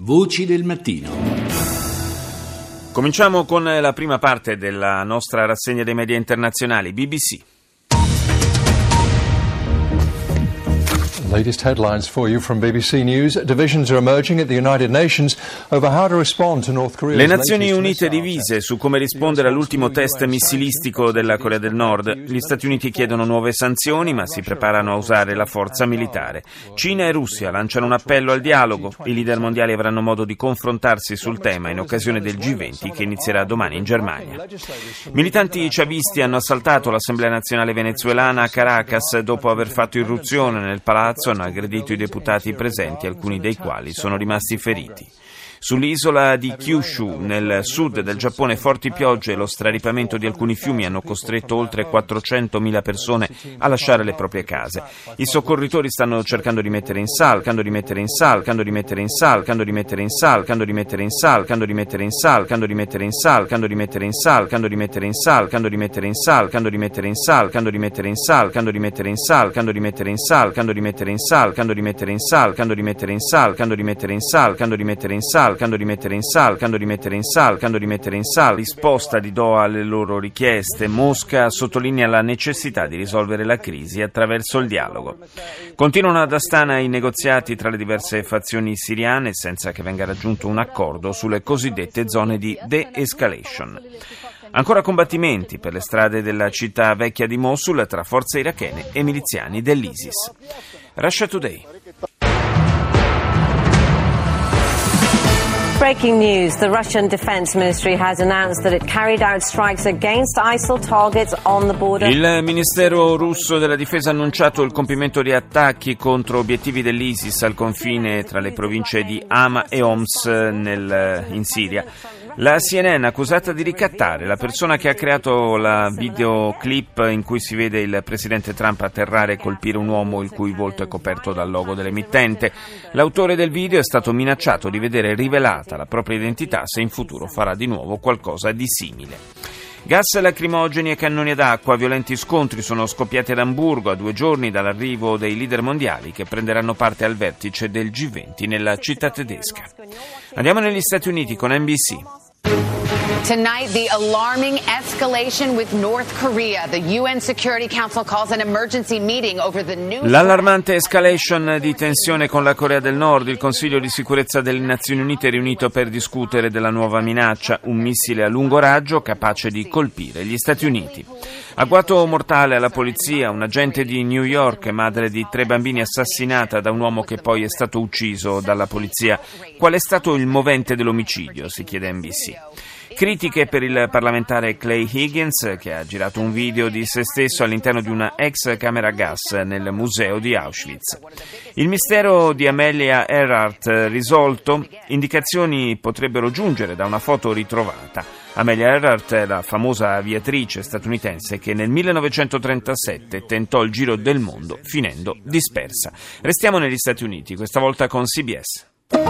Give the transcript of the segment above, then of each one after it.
Voci del mattino. Cominciamo con la prima parte della nostra rassegna dei media internazionali. BBC. Latest headlines for you from BBC News. Divisions are emerging at the United Nations over how to respond to North Korea's Le Nazioni Unite divise su come rispondere all'ultimo test missilistico della Corea del Nord. Gli Stati Uniti chiedono nuove sanzioni, ma si preparano a usare la forza militare. Cina e Russia lanciano un appello al dialogo. I leader mondiali avranno modo di confrontarsi sul tema in occasione del G20 che inizierà domani in Germania. Militanti chavisti hanno assaltato l'Assemblea nazionale venezuelana a Caracas dopo aver fatto irruzione nel palazzo. Hanno aggredito i deputati presenti, alcuni dei quali sono rimasti feriti. Sull'isola di Kyushu, nel sud del Giappone, forti piogge e lo straripamento di alcuni fiumi hanno costretto oltre 400.000 persone a lasciare le proprie case. I soccorritori stanno cercando di mettere in salvo risposta di Doha alle loro richieste. Mosca sottolinea la necessità di risolvere la crisi attraverso il dialogo. Continuano ad Astana i negoziati tra le diverse fazioni siriane senza che venga raggiunto un accordo sulle cosiddette zone di de-escalation. Ancora combattimenti per le strade della città vecchia di Mosul tra forze irachene e miliziani dell'ISIS. Russia Today. Breaking news. The Russian Defense Ministry has announced that it carried out strikes against ISIL targets on the border. Il Ministero russo della Difesa ha annunciato il compimento di attacchi contro obiettivi dell'ISIS al confine tra le province di Hama e Homs in Siria. La CNN accusata di ricattare la persona che ha creato la videoclip in cui si vede il presidente Trump atterrare e colpire un uomo il cui volto è coperto dal logo dell'emittente. L'autore del video è stato minacciato di vedere rivelata la propria identità se in futuro farà di nuovo qualcosa di simile. Gas lacrimogeni e cannoni ad acqua, violenti scontri sono scoppiati ad Amburgo a 2 giorni dall'arrivo dei leader mondiali che prenderanno parte al vertice del G20 nella città tedesca. Andiamo negli Stati Uniti con NBC. Tonight, the alarming escalation with North Korea. The UN Security Council calls an emergency meeting over the new... L'allarmante escalation di tensione con la Corea del Nord. Il Consiglio di sicurezza delle Nazioni Unite è riunito per discutere della nuova minaccia, un missile a lungo raggio capace di colpire gli Stati Uniti. Agguato mortale alla polizia, un agente di New York, madre di 3 bambini assassinata da un uomo che poi è stato ucciso dalla polizia. Qual è stato il movente dell'omicidio? Si chiede NBC. Critiche per il parlamentare Clay Higgins, che ha girato un video di se stesso all'interno di una ex camera a gas nel museo di Auschwitz. Il mistero di Amelia Earhart risolto, indicazioni potrebbero giungere da una foto ritrovata. Amelia Earhart è la famosa aviatrice statunitense che nel 1937 tentò il giro del mondo finendo dispersa. Restiamo negli Stati Uniti, questa volta con CBS.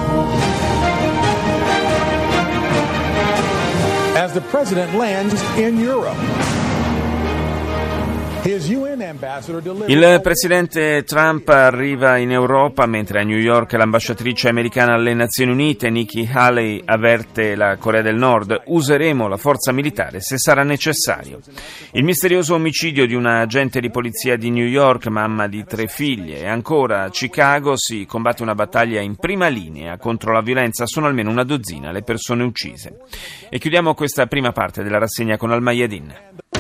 As the president lands in Europe. Il presidente Trump arriva in Europa mentre a New York l'ambasciatrice americana alle Nazioni Unite Nikki Haley avverte la Corea del Nord: useremo la forza militare se sarà necessario. Il misterioso omicidio di una agente di polizia di New York, mamma di 3 figlie, e ancora a Chicago si combatte una battaglia in prima linea contro la violenza, sono almeno una dozzina le persone uccise. E chiudiamo questa prima parte della rassegna con Al Mayadin.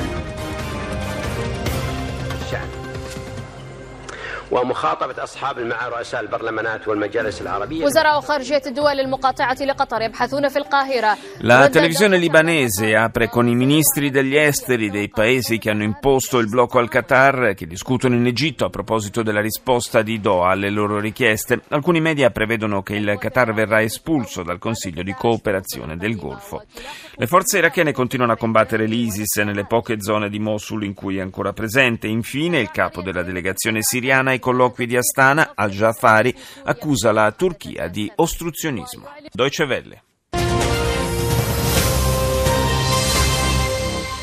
ومخاطبة أصحاب مع رؤساء البرلمانات والمجالس العربية. وزراء خارجية الدول المقاطعة لقطر يبحثون في القاهرة. La televisione libanese apre con i ministri degli esteri dei paesi che hanno imposto il blocco al Qatar, che discutono in Egitto a proposito della risposta di Doha alle loro richieste. Alcuni media prevedono che il Qatar verrà espulso dal Consiglio di cooperazione del Golfo. Le forze irachene continuano a combattere l'ISIS nelle poche zone di Mosul in cui è ancora presente. Infine, il capo della delegazione siriana ai colloqui di Astana, Al-Jafari, accusa la Turchia di ostruzionismo. Deutsche Welle.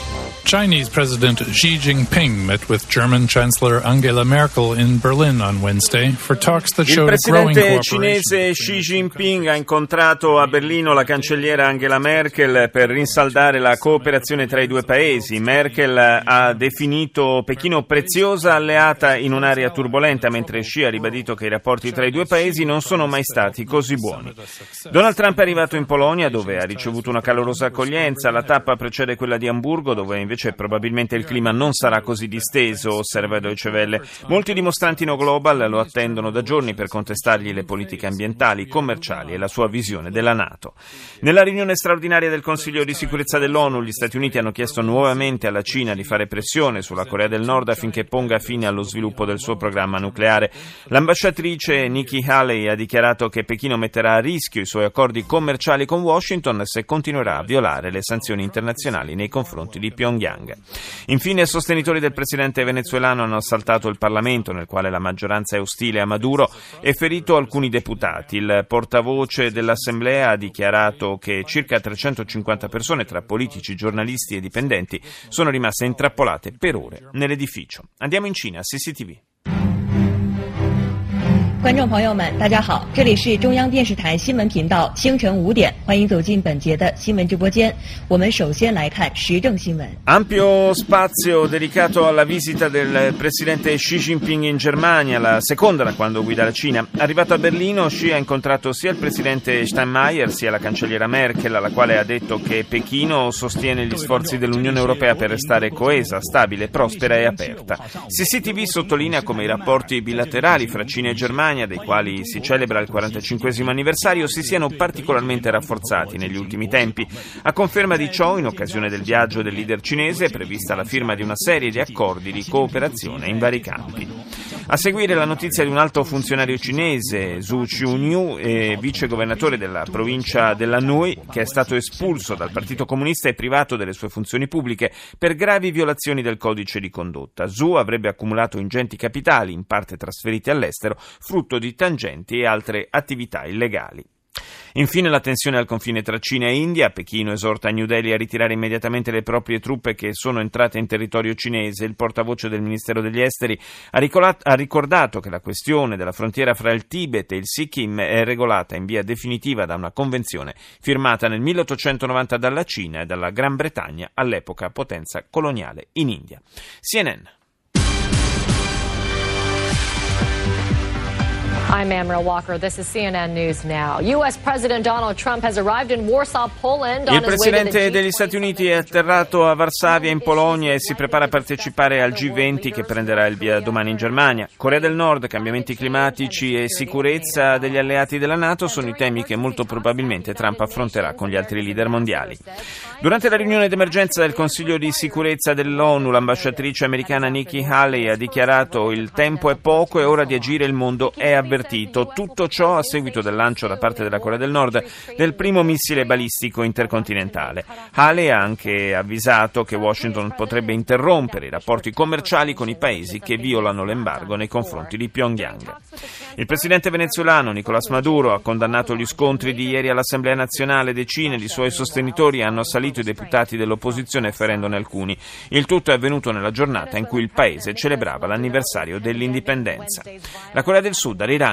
Chinese President Xi Jinping met with German Chancellor Angela Merkel in Berlin on Wednesday for talks that showed a growing cooperation. Il presidente cinese Xi Jinping ha incontrato a Berlino la cancelliera Angela Merkel per rinsaldare la cooperazione tra i due paesi. Merkel ha definito Pechino preziosa alleata in un'area turbolenta, mentre Xi ha ribadito che i rapporti tra i due paesi non sono mai stati così buoni. Donald Trump è arrivato in Polonia, dove ha ricevuto una calorosa accoglienza. La tappa precede quella di Amburgo, dove invece probabilmente il clima non sarà così disteso, osserva Deutsche Welle. Molti dimostranti no global lo attendono da giorni per contestargli le politiche ambientali, commerciali e la sua visione della NATO. Nella riunione straordinaria del Consiglio di sicurezza dell'ONU, gli Stati Uniti hanno chiesto nuovamente alla Cina di fare pressione sulla Corea del Nord affinché ponga fine allo sviluppo del suo programma nucleare. L'ambasciatrice Nikki Haley ha dichiarato che Pechino metterà a rischio i suoi accordi commerciali con Washington se continuerà a violare le sanzioni internazionali nei confronti di Pyongyang. Infine, sostenitori del presidente venezuelano hanno assaltato il Parlamento, nel quale la maggioranza è ostile a Maduro, e ferito alcuni deputati. Il portavoce dell'Assemblea ha dichiarato che circa 350 persone, tra politici, giornalisti e dipendenti, sono rimaste intrappolate per ore nell'edificio. Andiamo in Cina, CCTV. 观众朋友们，大家好，这里是中央电视台新闻频道，清晨5点，欢迎走进本节的新闻直播间。我们首先来看时政新闻。 Ampio spazio dedicato alla visita del presidente Xi Jinping in Germania, la seconda da quando guida la Cina. Arrivato a Berlino, Xi ha incontrato sia il presidente Steinmeier sia la cancelliera Merkel, alla quale ha detto che Pechino sostiene gli sforzi dell'Unione Europea per restare coesa, stabile, prospera e aperta. CCTV sottolinea come i rapporti bilaterali fra Cina e Germania, dei quali si celebra il 45esimo anniversario, si siano particolarmente rafforzati negli ultimi tempi. A conferma di ciò, in occasione del viaggio del leader cinese, è prevista la firma di una serie di accordi di cooperazione in vari campi. A seguire la notizia di un alto funzionario cinese, Zhu Qiuniu, vice governatore della provincia dell'Anhui, che è stato espulso dal Partito Comunista e privato delle sue funzioni pubbliche per gravi violazioni del codice di condotta. Zhu avrebbe accumulato ingenti capitali, in parte trasferiti all'estero, frutto di tangenti e altre attività illegali. Infine la tensione al confine tra Cina e India. Pechino esorta New Delhi a ritirare immediatamente le proprie truppe che sono entrate in territorio cinese. Il portavoce del Ministero degli Esteri ha ricordato che la questione della frontiera fra il Tibet e il Sikkim è regolata in via definitiva da una convenzione firmata nel 1890 dalla Cina e dalla Gran Bretagna, all'epoca potenza coloniale in India. CNN. I'm Amra Walker. This is CNN News Now. U.S. President Donald Trump has arrived in Warsaw, Poland. Il presidente degli Stati Uniti è atterrato a Varsavia in Polonia e si prepara a partecipare al G20 che prenderà il via domani in Germania. Corea del Nord, cambiamenti climatici e sicurezza degli alleati della NATO sono i temi che molto probabilmente Trump affronterà con gli altri leader mondiali. Durante la riunione d'emergenza del Consiglio di sicurezza dell'ONU, l'ambasciatrice americana Nikki Haley ha dichiarato: il tempo è poco, è ora di agire, il mondo è avvertito. Tutto ciò a seguito del lancio da parte della Corea del Nord del primo missile balistico intercontinentale. Haley ha anche avvisato che Washington potrebbe interrompere i rapporti commerciali con i paesi che violano l'embargo nei confronti di Pyongyang. Il presidente venezuelano Nicolás Maduro ha condannato gli scontri di ieri all'Assemblea nazionale. Decine di suoi sostenitori hanno assalito i deputati dell'opposizione ferendone alcuni. Il tutto è avvenuto nella giornata in cui il paese celebrava l'anniversario dell'indipendenza. La Corea del Sud Arirang.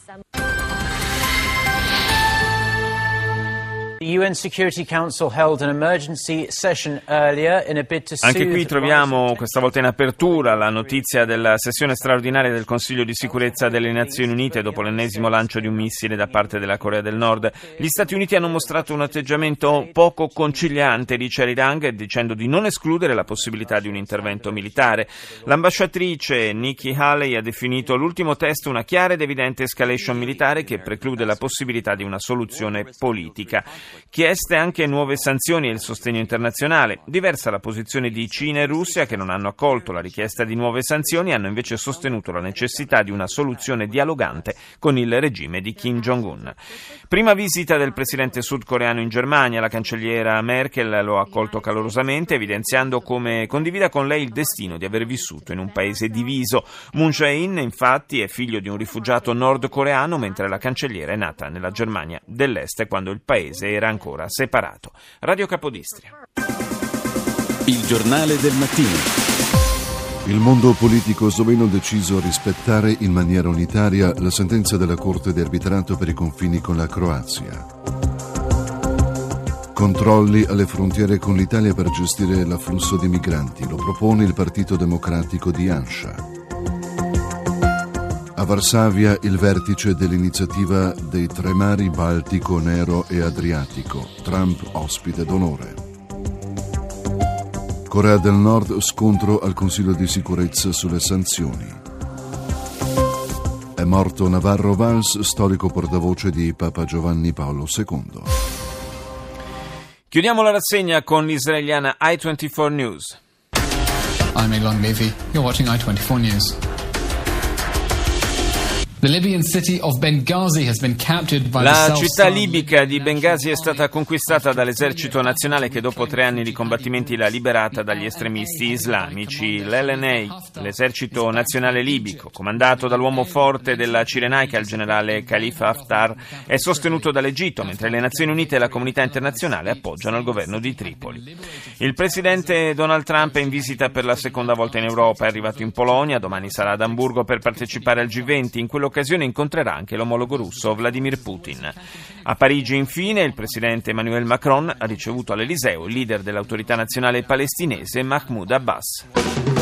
The UN Security Council held an emergency session earlier in a bid to Anche qui troviamo questa volta in apertura la notizia della sessione straordinaria del Consiglio di sicurezza delle Nazioni Unite dopo l'ennesimo lancio di un missile da parte della Corea del Nord. Gli Stati Uniti hanno mostrato un atteggiamento poco conciliante, dice Arirang, dicendo di non escludere la possibilità di un intervento militare. L'ambasciatrice Nikki Haley ha definito l'ultimo test una chiara ed evidente escalation militare che preclude la possibilità di una soluzione politica. Chieste anche nuove sanzioni e il sostegno internazionale. Diversa la posizione di Cina e Russia, che non hanno accolto la richiesta di nuove sanzioni e hanno invece sostenuto la necessità di una soluzione dialogante con il regime di Kim Jong-un. Prima visita del presidente sudcoreano in Germania. La cancelliera Merkel lo ha accolto calorosamente, evidenziando come condivida con lei il destino di aver vissuto in un paese diviso. Moon Jae-in, infatti, è figlio di un rifugiato nordcoreano, mentre la cancelliera è nata nella Germania dell'Est quando il paese era ancora separato. Radio Capodistria. Il giornale del mattino. Il mondo politico sloveno ha deciso a rispettare in maniera unitaria la sentenza della Corte di arbitrato per i confini con la Croazia. Controlli alle frontiere con l'Italia per gestire l'afflusso di migranti, lo propone il Partito Democratico di Janša. A Varsavia il vertice dell'iniziativa dei tre mari Baltico, Nero e Adriatico, Trump ospite d'onore. Corea del Nord, scontro al Consiglio di sicurezza sulle sanzioni. È morto Navarro Valls, storico portavoce di Papa Giovanni Paolo II. Chiudiamo la rassegna con l'israeliana I24 News. I'm Eglon Levy. You're watching I24 News. La città libica di Bengasi è stata conquistata dall'esercito nazionale che dopo 3 anni di combattimenti l'ha liberata dagli estremisti islamici. L'LNA, l'esercito nazionale libico, comandato dall'uomo forte della Cirenaica, il generale Khalifa Haftar, è sostenuto dall'Egitto, mentre le Nazioni Unite e la comunità internazionale appoggiano il governo di Tripoli. Il presidente Donald Trump è in visita per la seconda volta in Europa, è arrivato in Polonia, domani sarà ad Amburgo per partecipare al G20, in quell'occasione incontrerà anche l'omologo russo Vladimir Putin. A Parigi, infine, il presidente Emmanuel Macron ha ricevuto all'Eliseo il leader dell'autorità nazionale palestinese Mahmoud Abbas.